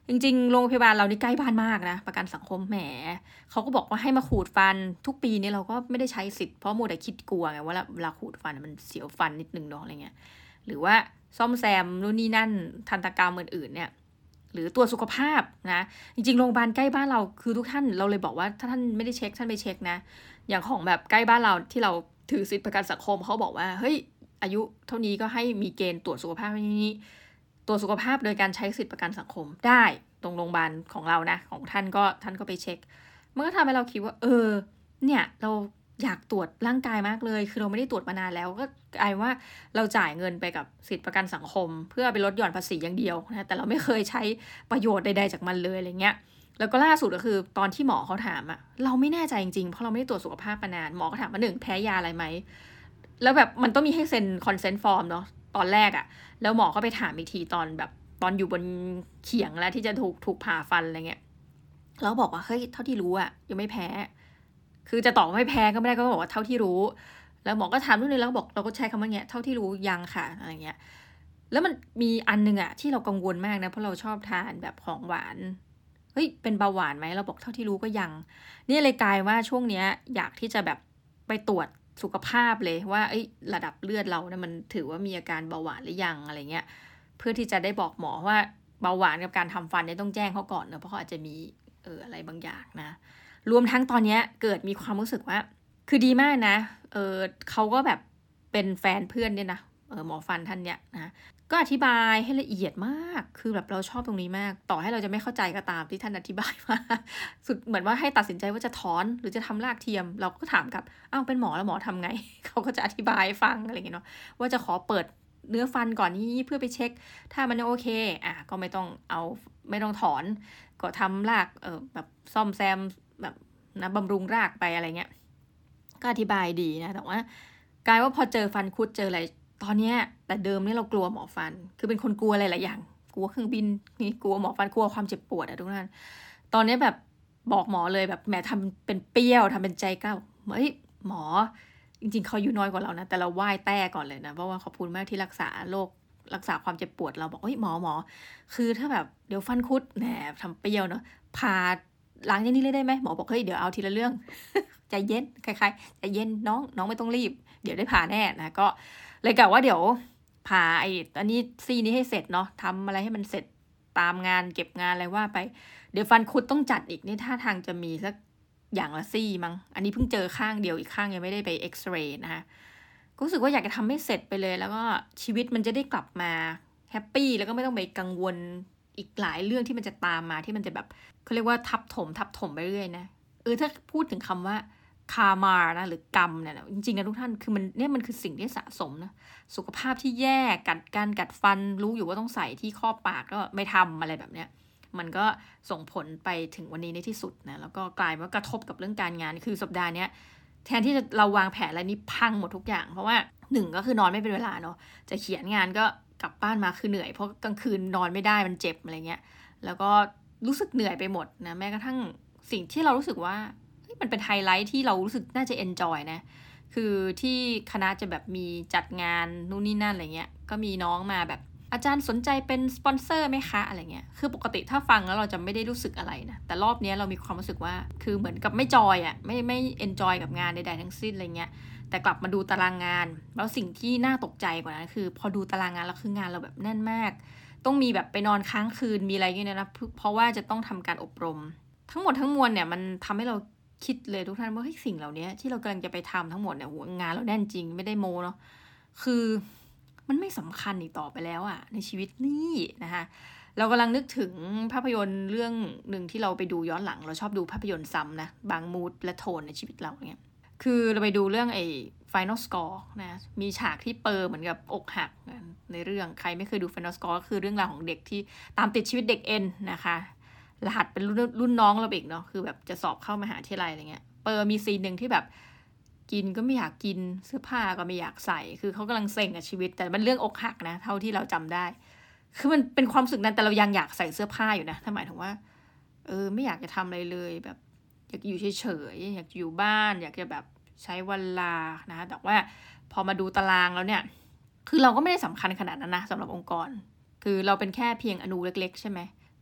จริงๆโรงพยาบาลเรานี่ใกล้บ้านมากนะประกันสังคมแหมเขาก็บอกว่าให้มาขูดฟันทุกปีนี้เราก็ไม่ได้ใช้สิทธิ์เพราะมัวแต่คิดกลัวไงว่าเวลาขูดฟันมันเสียวฟันนิดนึงเนาะอะไรเงี้ยหรือว่าซ่อมแซมนู่นนี่นั่นทันตกรรมอื่นๆเนี่ยหรือตรวจสุขภาพนะจริงๆโรงพยาบาลใกล้บ้านเราคือทุกท่านเราเลยบอกว่าถ้าท่านไม่ได้เช็คท่านไปเช็คนะอย่างของแบบใกล้บ้านเราที่เราถือสิทธิประกันสังคมเขาบอกว่าเฮ้ยอายุเท่านี้ก็ให้มีเกณฑ์ตรวจสุขภาพนี้ตรวจสุขภาพโดยการใช้สิทธิประกันสังคมได้ตรงโรงพยาบาลของเรานะของท่านก็ไปเช็คมันก็ทำให้เราคิดว่าเนี่ยเราอยากตรวจร่างกายมากเลยคือเราไม่ได้ตรวจมานานแล้วก็กลายว่าเราจ่ายเงินไปกับสิทธิประกันสังคมเพื่อไปลดหย่อนภาษีอย่างเดียวนะแต่เราไม่เคยใช้ประโยชน์ใดๆจากมันเลยอะไรเงี้ยแล้วก็ล่าสุดก็คือตอนที่หมอเขาถามอะเราไม่แน่ใจจริงๆเพราะเราไม่ได้ตรวจสุขภาพมานานหมอก็ถามว่า1แพ้ยาอะไรไหมแล้วแบบมันต้องมีให้เซ็นคอนเซนต์ฟอร์มเนาะตอนแรกอะแล้วหมอก็ไปถามอีกทีตอนแบบตอนอยู่บนเขียงแล้วที่จะถูกผ่าฟันอะไรเงี้ยแล้วบอกว่าเฮ้ยเท่าที่รู้อะยังไม่แพ้คือจะตอบว่าไม่แพ้ก็ไม่ได้ก็บอกว่าเท่าที่รู้แล้วหมอก็ถามนู่นนี่แล้วบอกเราก็ใช้คำว่าเงี้ยเท่าที่รู้ยังค่ะอะไรเงี้ยแล้วมันมีอันนึงอะที่เรากังวลมากนะเพราะเราชอบทานแบบของหวานเฮ้ยเป็นเบาหวานไหมเราบอกเท่าที่รู้ก็ยังนี่เลยกลายว่าช่วงเนี้ยอยากที่จะแบบไปตรวจสุขภาพเลยว่าระดับเลือดเราเนี่ยมันถือว่ามีอาการเบาหวานหรือยังอะไรเงี้ยเพื่อที่จะได้บอกหมอว่าเบาหวานกับการทำฟันเนี่ยต้องแจ้งเขาก่อนเนอะเพราะเขาอาจจะมีอะไรบางอย่างนะรวมทั้งตอนนี้เกิดมีความรู้สึกว่าคือดีมากนะเขาก็แบบเป็นแฟนเพื่อนเนี่ยนะหมอฟันท่านเนี่ยนะก็อธิบายให้ละเอียดมากคือแบบเราชอบตรงนี้มากต่อให้เราจะไม่เข้าใจก็ตามที่ท่านอธิบายมาสุดเหมือนว่าให้ตัดสินใจว่าจะถอนหรือจะทำรากเทียมเราก็ถามกับเป็นหมอแล้วหมอทำไง เขาก็จะอธิบายฟังอะไรอย่างเงี้ยเนาะว่าจะขอเปิดเนื้อฟันก่อนนี้เพื่อไปเช็คถ้ามันโอเคก็ไม่ต้องถอนก็ทำรากแบบซ่อมแซมแบบนะบำรุงรากไปอะไรเงี้ยก็อธิบายดีนะแต่ว่ากลายว่าพอเจอฟันคุดเจออะไรตอนเนี้ยแต่เดิมเนี่ยเรากลัวหมอฟันคือเป็นคนกลัวอะไรหลายอย่างกลัวเครื่องบินนี่กลัวหมอฟันกลัวความเจ็บปวดทุกท่านตอนนี้แบบบอกหมอเลยแบบแหมทำเป็นเปรี้ยวทำเป็นใจกล้าหมอจริงๆเขาอายุน้อยกว่าเรานะแต่เราไหว้แต้ก่อนเลยนะเพราะว่าขอบคุณมากที่รักษาโรครักษาความเจ็บปวดเราบอกหมอคือถ้าแบบเดี๋ยวฟันคุดแหมทำเปรี้ยวเนาะพาล้างอย่างนี้เลยได้ไหมหมอบอกเดี๋ยวเอาทีละเรื่อง ใจเย็นคล้ายๆใจเย็นน้องไม่ต้องรีบเดี๋ยวได้ผ่าแน่นะก็เลยกะว่าเดี๋ยวผ่าอันนี้ซี่นี้ให้เสร็จเนาะทำอะไรให้มันเสร็จตามงานเก็บงานอะไรว่าไปเดี๋ยวฟันคุดต้องจัดอีกนี่ท่าทางจะมีสักอย่างละซี่มั้งอันนี้เพิ่งเจอข้างเดียวอีกข้างยังไม่ได้ไปเอ็กซเรย์นะคะก็รู้สึกว่าอยากจะทำให้เสร็จไปเลยแล้วก็ชีวิตมันจะได้กลับมาแฮปปี้แล้วก็ไม่ต้องไปกังวลอีกหลายเรื่องที่มันจะตามมาที่มันจะแบบเขาเรียกว่าทับถมไปเรื่อยนะถ้าพูดถึงคำว่าคามานะหรือกรรมเนี่ยจริงๆนะทุกท่านคือมันคือสิ่งที่สะสมนะสุขภาพที่แย่กัดฟันรู้อยู่ว่าต้องใส่ที่ครอบปากก็ไม่ทำอะไรแบบเนี้ยมันก็ส่งผลไปถึงวันนี้ในที่สุดนะแล้วก็กลายว่ากระทบกับเรื่องการงานคือสัปดาห์นี้แทนที่จะเราวางแผนแล้วนี่พังหมดทุกอย่างเพราะว่า1ก็คือนอนไม่เป็นเวลาเนาะจะเขียนงานก็กลับบ้านมาคือเหนื่อยเพราะกลางคืนนอนไม่ได้มันเจ็บอะไรเงี้ยแล้วก็รู้สึกเหนื่อยไปหมดนะแม้กระทั่งสิ่งที่เรารู้สึกว่ามันเป็นไฮไลท์ที่เรารู้สึกน่าจะเอนจอยนะคือที่คณะจะแบบมีจัดงานนู่นนี่นั่นอะไรเงี้ยก็มีน้องมาแบบอาจารย์สนใจเป็นสปอนเซอร์ไหมคะอะไรเงี้ยคือปกติถ้าฟังแล้วเราจะไม่ได้รู้สึกอะไรนะแต่รอบนี้เรามีความรู้สึกว่าคือเหมือนกับไม่จอยไม่เอนจอยกับงานใดๆทั้งสิ้นอะไรเงี้ยแต่กลับมาดูตารางงานแล้วสิ่งที่น่าตกใจกว่านั้นคือพอดูตารางงานแล้วคืองานเราแบบแน่นมากต้องมีแบบไปนอนค้างคืนมีอะไรเงี้ยนะเพราะว่าจะต้องทำการอบรมทั้งหมดทั้งมวลเนี่ยมันทำให้เราคิดเลยทุกท่านว่าสิ่งเหล่านี้ที่เรากำลังจะไปทำทั้งหมดเนี่ยงานเราแน่นจริงไม่ได้โมเนาะคือมันไม่สำคัญอีกต่อไปแล้วในชีวิตนี่นะคะเรากำลังนึกถึงภาพยนตร์เรื่องหนึ่งที่เราไปดูย้อนหลังเราชอบดูภาพยนตร์ซ้ำนะบางมูดและโทนในชีวิตเราเนี่ยคือเราไปดูเรื่องFinal Score นะมีฉากที่เปอร์เหมือนกับอกหักในเรื่องใครไม่เคยดู Final Score ก็คือเรื่องราวของเด็กที่ตามติดชีวิตเด็กเอ็นนะคะรหัสเป็นรุ่นน้องเราอีกเนาะคือแบบจะสอบเข้ามหาวิทยาลัยอะไรเงี้ยเปอร์มีซีนหนึ่งที่แบบกินก็ไม่อยากกินเสื้อผ้าก็ไม่อยากใส่คือเขากำลังเซ็งกับชีวิตแต่มันเรื่องอกหักนะเท่าที่เราจำได้คือมันเป็นความรู้สึกนั้นแต่เรายังอยากใส่เสื้อผ้าอยู่นะถ้าหมายถึงว่าไม่อยากจะทำอะไรเลยแบบอยากอยู่เฉยๆอยากอยู่บ้านอยากจะแบบใช้วันลานะแต่ว่าพอมาดูตารางแล้วเนี่ยคือเราก็ไม่ได้สำคัญขนาดนั้นนะสำหรับองค์กรคือเราเป็นแค่เพียงอนูเล็กๆใช่ไหมแต่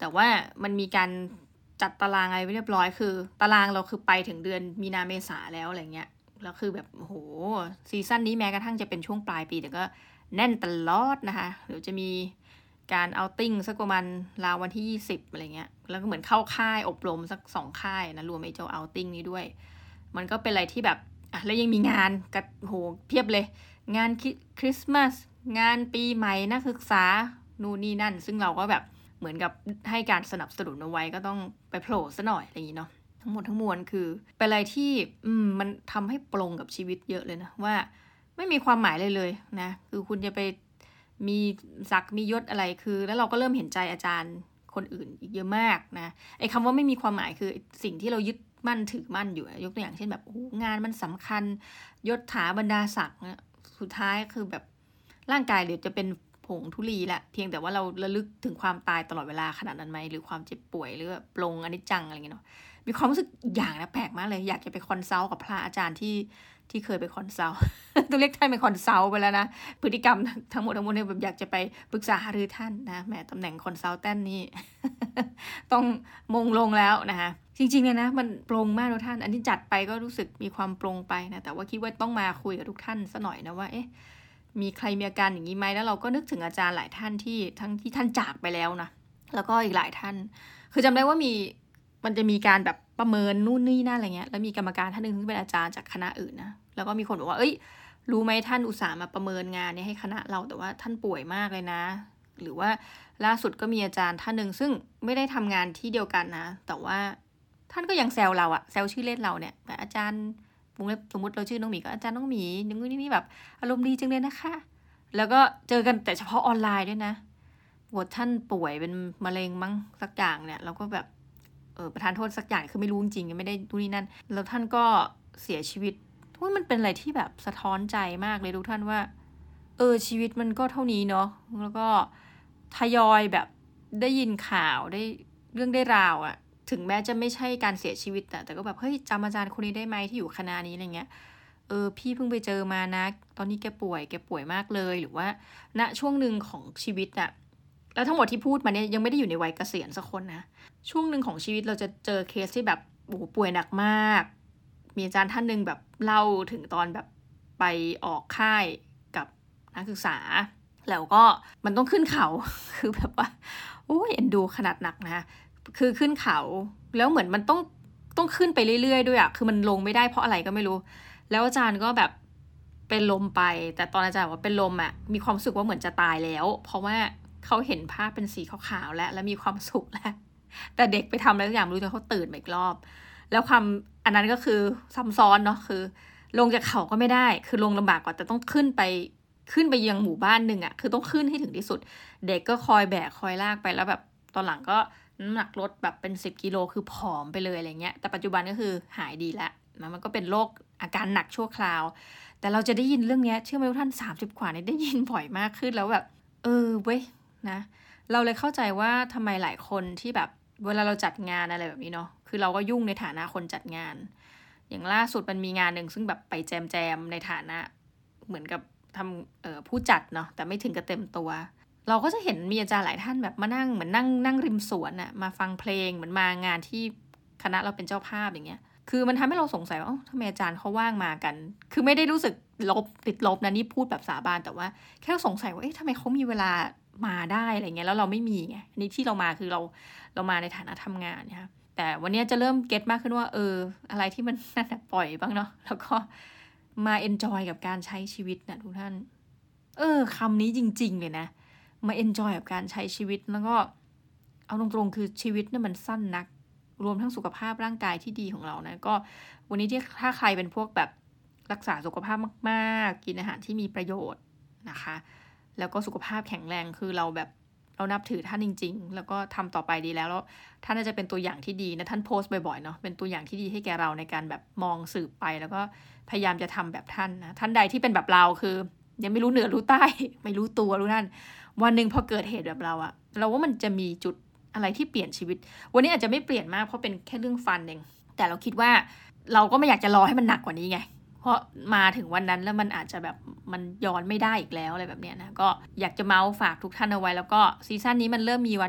แต่ว่ามันมีการจัดตารางอะไรไว้เรียบร้อยคือตารางเราคือไปถึงเดือนมีนาเมษาแล้วอะไรเงี้ยแล้วคือแบบโหซีซั่นนี้แม้กระทั่งจะเป็นช่วงปลายปีแต่ก็แน่นตลอดนะคะเดี๋ยวจะมีการเอาติ้งสักประมาณราววันที่20อะไรเงี้ยแล้วก็เหมือนเข้าค่ายอบรมสัก2ค่ายนะรวมไอ้เจ้าเอาติ้งนี้ด้วยมันก็เป็นอะไรที่แบบแล้วยังมีงานกับโหเพียบเลยงานคริสต์มาสงานปีใหม่นักศึกษานู่นนี่นั่นซึ่งเราก็แบบเหมือนกับให้การสนับสนุนเอาไว้ก็ต้องไปโผล่ซะหน่อยอะไรอย่างนี้เนาะทั้งหมดทั้งมวลคือเป็นอะไรที่มันทำให้ปลงกับชีวิตเยอะเลยนะว่าไม่มีความหมายเลยนะคือคุณจะไปมีศักดิ์มียศอะไรคือแล้วเราก็เริ่มเห็นใจอาจารย์คนอื่นอีกเยอะมากนะไอ้คำว่าไม่มีความหมายคือสิ่งที่เรายึดมั่นถือมั่นอยู่ยกตัวอย่างเช่นแบบงานมันสำคัญยศถาบรรดาศักดิ์สุดท้ายคือแบบร่างกายเดี๋ยวจะเป็นผงธุลีแหละเพียงแต่ว่าเราระลึกถึงความตายตลอดเวลาขนาดนั้นไหมหรือความเจ็บป่วยหรือปลงอนิจจังอะไรเงี้ยเนาะมีความรู้สึกอย่างนะแปลกมากเลยอยากจะไปคอนซัลท์กับพระอาจารย์ที่เคยไปคอนซัลท์ ต้องเรียกท่านเป็นคอนซัลท์ไปแล้วนะพฤติกรรมทั้งหมดเนี่ยแบบอยากจะไปปรึกษาหารือท่านนะแหมตำแหน่งคอนซัลแทนนี่ ต้องมงลงแล้วนะคะจริงๆเนี่ยนะมันปลงมากทุกท่านอันที่จัดไปก็รู้สึกมีความปลงไปนะแต่ว่าคิดว่าต้องมาคุยกับทุกท่านซะหน่อยนะว่ามีใครมีอาการอย่างนี้ไหมแล้วเราก็นึกถึงอาจารย์หลายท่านที่ท่านจากไปแล้วนะแล้วก็อีกหลายท่านคือจำได้ว่ามันจะมีการแบบประเมินนู่นนี่นั่นอะไรเงี้ยแล้วมีกรรมการท่านนึงที่เป็นอาจารย์จากคณะอื่นนะแล้วก็มีคนบอกว่ารู้ไหมท่านอุตส่าห์มาประเมินงานนี้ให้คณะเราแต่ว่าท่านป่วยมากเลยนะหรือว่าล่าสุดก็มีอาจารย์ท่านนึงซึ่งไม่ได้ทำงานที่เดียวกันนะแต่ว่าท่านก็ยังแซวเราอะแซวชื่อเล่นเราเนี่ยแบบอาจารย์สมมติเราชื่อน้องหมีก็อาจารย์น้องหมีนี่แบบอารมณ์ดีจังเลยนะคะแล้วก็เจอกันแต่เฉพาะออนไลน์ด้วยนะว่าท่านป่วยเป็นมะเร็งมั้งสักอย่างเนี่ยเราก็แบบประทานโทษสักอย่างคือไม่รู้จริงๆไม่ได้ดูนี่นั่นแล้วท่านก็เสียชีวิตมันเป็นอะไรที่แบบสะท้อนใจมากเลยทุกท่านว่าชีวิตมันก็เท่านี้เนาะแล้วก็ทยอยแบบได้ยินข่าวได้เรื่องได้ราวอะถึงแม้จะไม่ใช่การเสียชีวิตแต่ก็แบบเฮ้ยจำอาจารย์คนนี้ได้ไหมที่อยู่คณะนี้อะไรเงี้ยพี่เพิ่งไปเจอมานะตอนนี้แกป่วยมากเลยหรือว่าณช่วงหนึ่งของชีวิตอะแล้วทั้งหมดที่พูดมาเนี่ยยังไม่ได้อยู่ในวัยเกษียณสักคนนะช่วงหนึ่งของชีวิตเราจะเจอเคสที่แบบป่วยหนักมากมีอาจารย์ท่านนึงแบบเล่าถึงตอนแบบไปออกค่ายกับนักศึกษาแล้วก็มันต้องขึ้นเขา คือแบบว่าเอ็นดูขนาดหนักนะคือขึ้นเขาแล้วเหมือนมันต้องขึ้นไปเรื่อยๆด้วยอะคือมันลงไม่ได้เพราะอะไรก็ไม่รู้แล้วอาจารย์ก็แบบเป็นลมไปแต่ตอนอาจารย์ว่าเป็นลมอะมีความรู้สึกว่าเหมือนจะตายแล้วเพราะว่าเขาเห็นภาพเป็นสีขาวๆแล้วมีความสุขแล้วแต่เด็กไปทำอะไรทุกอย่างไม่รู้จนเขาตื่นมาอีกรอบแล้วอันนั้นก็คือซ้ำซ้อนเนาะคือลงจากเขาก็ไม่ได้คือลงลำบากกว่าแต่ต้องขึ้นไปยังหมู่บ้านหนึ่งอะคือต้องขึ้นให้ถึงที่สุดเด็กก็คอยแบกคอยลากไปแล้วแบบตอนหลังก็น้ำหนักลดแบบเป็น10 กิโลคือผอมไปเลยอะไรเงี้ยแต่ปัจจุบันก็คือหายดีแล้วมันก็เป็นโรคอาการหนักชั่วคราวแต่เราจะได้ยินเรื่องนี้เชื่อไหมทุกท่าน30 กว่าเนี่ยได้ยินบ่อยมากขึ้นแล้วแบบเว้ยนะเราเลยเข้าใจว่าทำไมหลายคนที่แบบเวลาเราจัดงานอะไรแบบนี้เนาะคือเราก็ยุ่งในฐานะคนจัดงานอย่างล่าสุดมันมีงานหนึ่งซึ่งแบบไปแจมในฐานะเหมือนกับทำผู้จัดเนาะแต่ไม่ถึงกับเต็มตัวเราก็จะเห็นมีอาจารย์หลายท่านแบบมานั่งเหมือนนั่งริมสวนอะมาฟังเพลงเหมือนมางานที่คณะเราเป็นเจ้าภาพอย่างเงี้ยคือมันทำให้เราสงสัยว่าทำไมอาจารย์เขาว่างมากันคือไม่ได้รู้สึกติดลบนะนี่พูดแบบสาบานแต่ว่าแค่สงสัยว่าทำไมเขามีเวลามาได้อะไรเงี้ยแล้วเราไม่มีไงอันนี้ที่เรามาคือเรามาในฐานะทำงานนะคะแต่วันนี้จะเริ่มเก็ตมากขึ้นว่าอะไรที่มันน่าจะปล่อยบ้างเนาะแล้วก็มาเอนจอยกับการใช้ชีวิตนะทุกท่านคำนี้จริงๆเลยนะมาเอนจอยกับการใช้ชีวิตแล้วก็เอาตรงๆคือชีวิตเนี่ยมันสั้นนักรวมทั้งสุขภาพร่างกายที่ดีของเรานะก็วันนี้ที่ถ้าใครเป็นพวกแบบรักษาสุขภาพมากๆกินอาหารที่มีประโยชน์นะคะแล้วก็สุขภาพแข็งแรงคือเรานับถือท่านจริงๆแล้วก็ทำต่อไปดีแล้วท่านน่าจะเป็นตัวอย่างที่ดีนะท่านโพสต์บ่อยๆเนาะเป็นตัวอย่างที่ดีให้แก่เราในการแบบมองสืบไปแล้วก็พยายามจะทำแบบท่านนะท่านใดที่เป็นแบบเราคือยังไม่รู้เหนือรู้ใต้ ไม่รู้ตัวรู้ท่านวันหนึ่งพอเกิดเหตุแบบเราอะเราว่ามันจะมีจุดอะไรที่เปลี่ยนชีวิตวันนี้อาจจะไม่เปลี่ยนมากเพราะเป็นแค่เรื่องฟันเองแต่เราคิดว่าเราก็ไม่อยากจะรอให้มันหนักกว่านี้ไงเพราะมาถึงวันนั้นแล้วมันอาจจะแบบมันย้อนไม่ได้อีกแล้วอะไรแบบเนี้ยนะก็อยากจะเมาส์ฝากทุกท่านเอาไว้แล้วก็ซีซั่นนี้มันเริ่มมีวันหยุด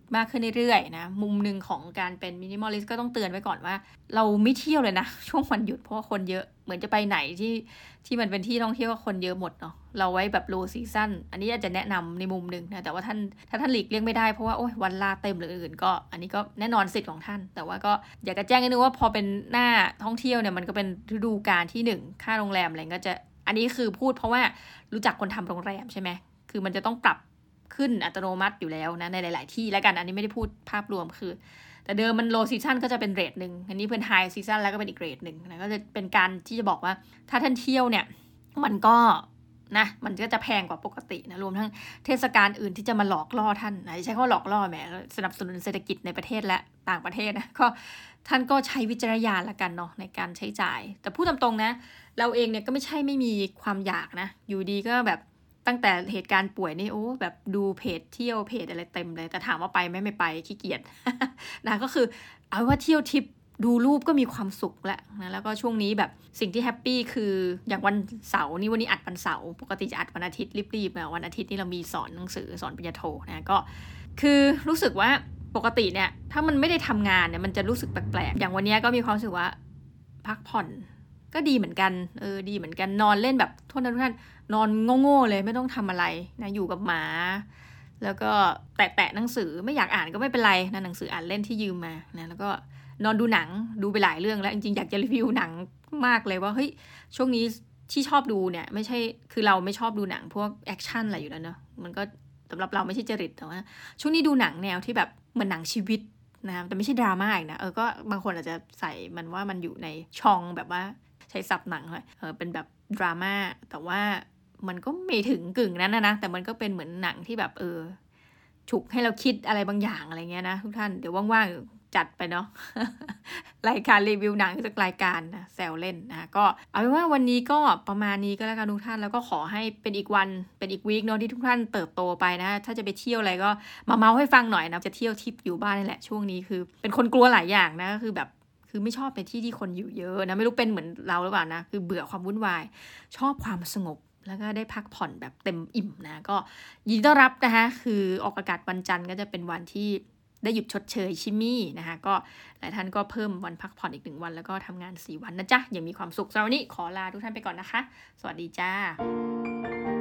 มากขึ้นเรื่อยๆนะมุมนึงของการเป็นมินิมอลิสต์ก็ต้องเตือนไว้ก่อนว่าเราไม่เที่ยวเลยนะช่วงวันหยุดเพราะว่าคนเยอะเหมือนจะไปไหนที่มันเป็นที่ท่องเที่ยวก็คนเยอะหมดเนาะเราไว้แบบโลซีซั่นอันนี้อาจจะแนะนำในมุมนึงนะแต่ว่าถ้าท่านหลีกเลี่ยงไม่ได้เพราะว่าโอ้ยวันลาเต็มหรืออื่นก็อันนี้ก็แน่นอนสิทธิ์ของท่านแต่ว่าก็อยากจะแจ้งนิดนึงว่าพอเป็นหน้าท่องเที่ยวเนี่ยมันก็เป็นฤดูกาลที่1ค่าโรงแรมอะไรก็จะอันนี้คือพูดเพราะว่ารู้จักคนทำโรงแรมใช่ไหมคือมันจะต้องปรับขึ้นอัตโนมัติอยู่แล้วนะในหลายๆที่แล้วกันอันนี้ไม่ได้พูดภาพรวมคือแต่เดิมมันโลซีซั่นก็จะเป็นเรทนึงอันนี้เป็นไฮซีซั่นแล้วก็เป็นอีกเรทนึงนะก็จะเป็นการที่จะบอกว่าถ้าท่านเที่ยวเนี่ยมันก็นะมันก็จะแพงกว่าปกตินะรวมทั้งเทศกาลอื่นที่จะมาหลอกล่อท่านนะใช้คำว่าหลอกล่อแหมสนับสนุนเศรษฐกิจในประเทศและต่างประเทศนะก็ท่านก็ใช้วิจารณญาณละกันเนาะในการใช้จ่ายแต่พูดตามตรงนะเราเองเนี่ยก็ไม่ใช่ไม่มีความอยากนะอยู่ดีก็แบบตั้งแต่เหตุการณ์ป่วยนี่โอ้แบบดูเพจเที่ยวเพจอะไรเต็มเลยแต่ถามว่าไปไม่ไปขี้เกียจ นะก็คือเอาว่าเที่ยวทริปดูรูปก็มีความสุขแล้วนะแล้วก็ช่วงนี้แบบสิ่งที่แฮปปี้คืออย่างวันเสาร์นี่วันนี้อัดวันเสาร์ปกติจะอัดวันอาทิตย์รีบๆนะวันอาทิตย์นี่เรามีสอนหนังสือสอนปริญญาโทนะก็คือรู้สึกว่าปกติเนี่ยถ้ามันไม่ได้ทำงานเนี่ยมันจะรู้สึกแปลกๆอย่างวันนี้ก็มีความรู้สึกว่าพักผ่อนก็ดีเหมือนกันดีเหมือนกันนอนเล่นแบบโทษนะทุกท่านนอนโง่ๆเลยไม่ต้องทำอะไรนะอยู่กับหมาแล้วก็แตะหนังสือไม่อยากอ่านก็ไม่เป็นไรนะหนังสืออ่านเล่นที่ยืมมานะแล้วก็นอนดูหนังดูไปหลายเรื่องแล้วจริงๆอยากจะรีวิวหนังมากเลยว่าเฮ้ยช่วงนี้ที่ชอบดูเนี่ยไม่ใช่คือเราไม่ชอบดูหนังพวกแอคชั่นอะไรอยู่แล้วเนอะมันก็สำหรับเราไม่ใช่จริตแต่ว่าช่วงนี้ดูหนังแนวที่แบบเหมือนหนังชีวิตนะแต่ไม่ใช่ดราม่าอีกนะก็บางคนอาจจะใส่มันว่ามันอยู่ในช่องแบบว่าใช้ศัพท์หนังเลยเป็นแบบดราม่าแต่ว่ามันก็ไม่ถึงกึ่งนั้นนะแต่มันก็เป็นเหมือนหนังที่แบบฉุกให้เราคิดอะไรบางอย่างอะไรเงี้ยนะทุกท่านเดี๋ยวว่างๆจัดไปเนาะ รายการรีวิวหนังสักรายการนะแซวเล่นนะก็เอาเป็นว่าวันนี้ก็ประมาณนี้ก็แล้วกันทุกท่านแล้วก็ขอให้เป็นอีกวันเป็นอีกวีคเนาะที่ทุกท่านเติบโตไปนะถ้าจะไปเที่ยวอะไรก็มาเมาให้ฟังหน่อยนะจะเที่ยวทิปอยู่บ้านนี่แหละช่วงนี้คือเป็นคนกลัวหลายอย่างนะคือแบบคือไม่ชอบไปที่คนอยู่เยอะนะไม่รู้เป็นเหมือนเราหรือเปล่านะคือเบื่อความวุ่นวายชอบความสงบแล้วก็ได้พักผ่อนแบบเต็มอิ่มนะก็ยินดีต้อนรับนะคะคือออกอากาศวันจันทร์ก็จะเป็นวันที่ได้หยุดชดเชยชิมี่นะคะก็หลายท่านก็เพิ่มวันพักผ่อนอีก1วันแล้วก็ทำงาน4วันนะจ๊ะยังมีความสุขสำหรับวันนี้ขอลาทุกท่านไปก่อนนะคะสวัสดีจ้า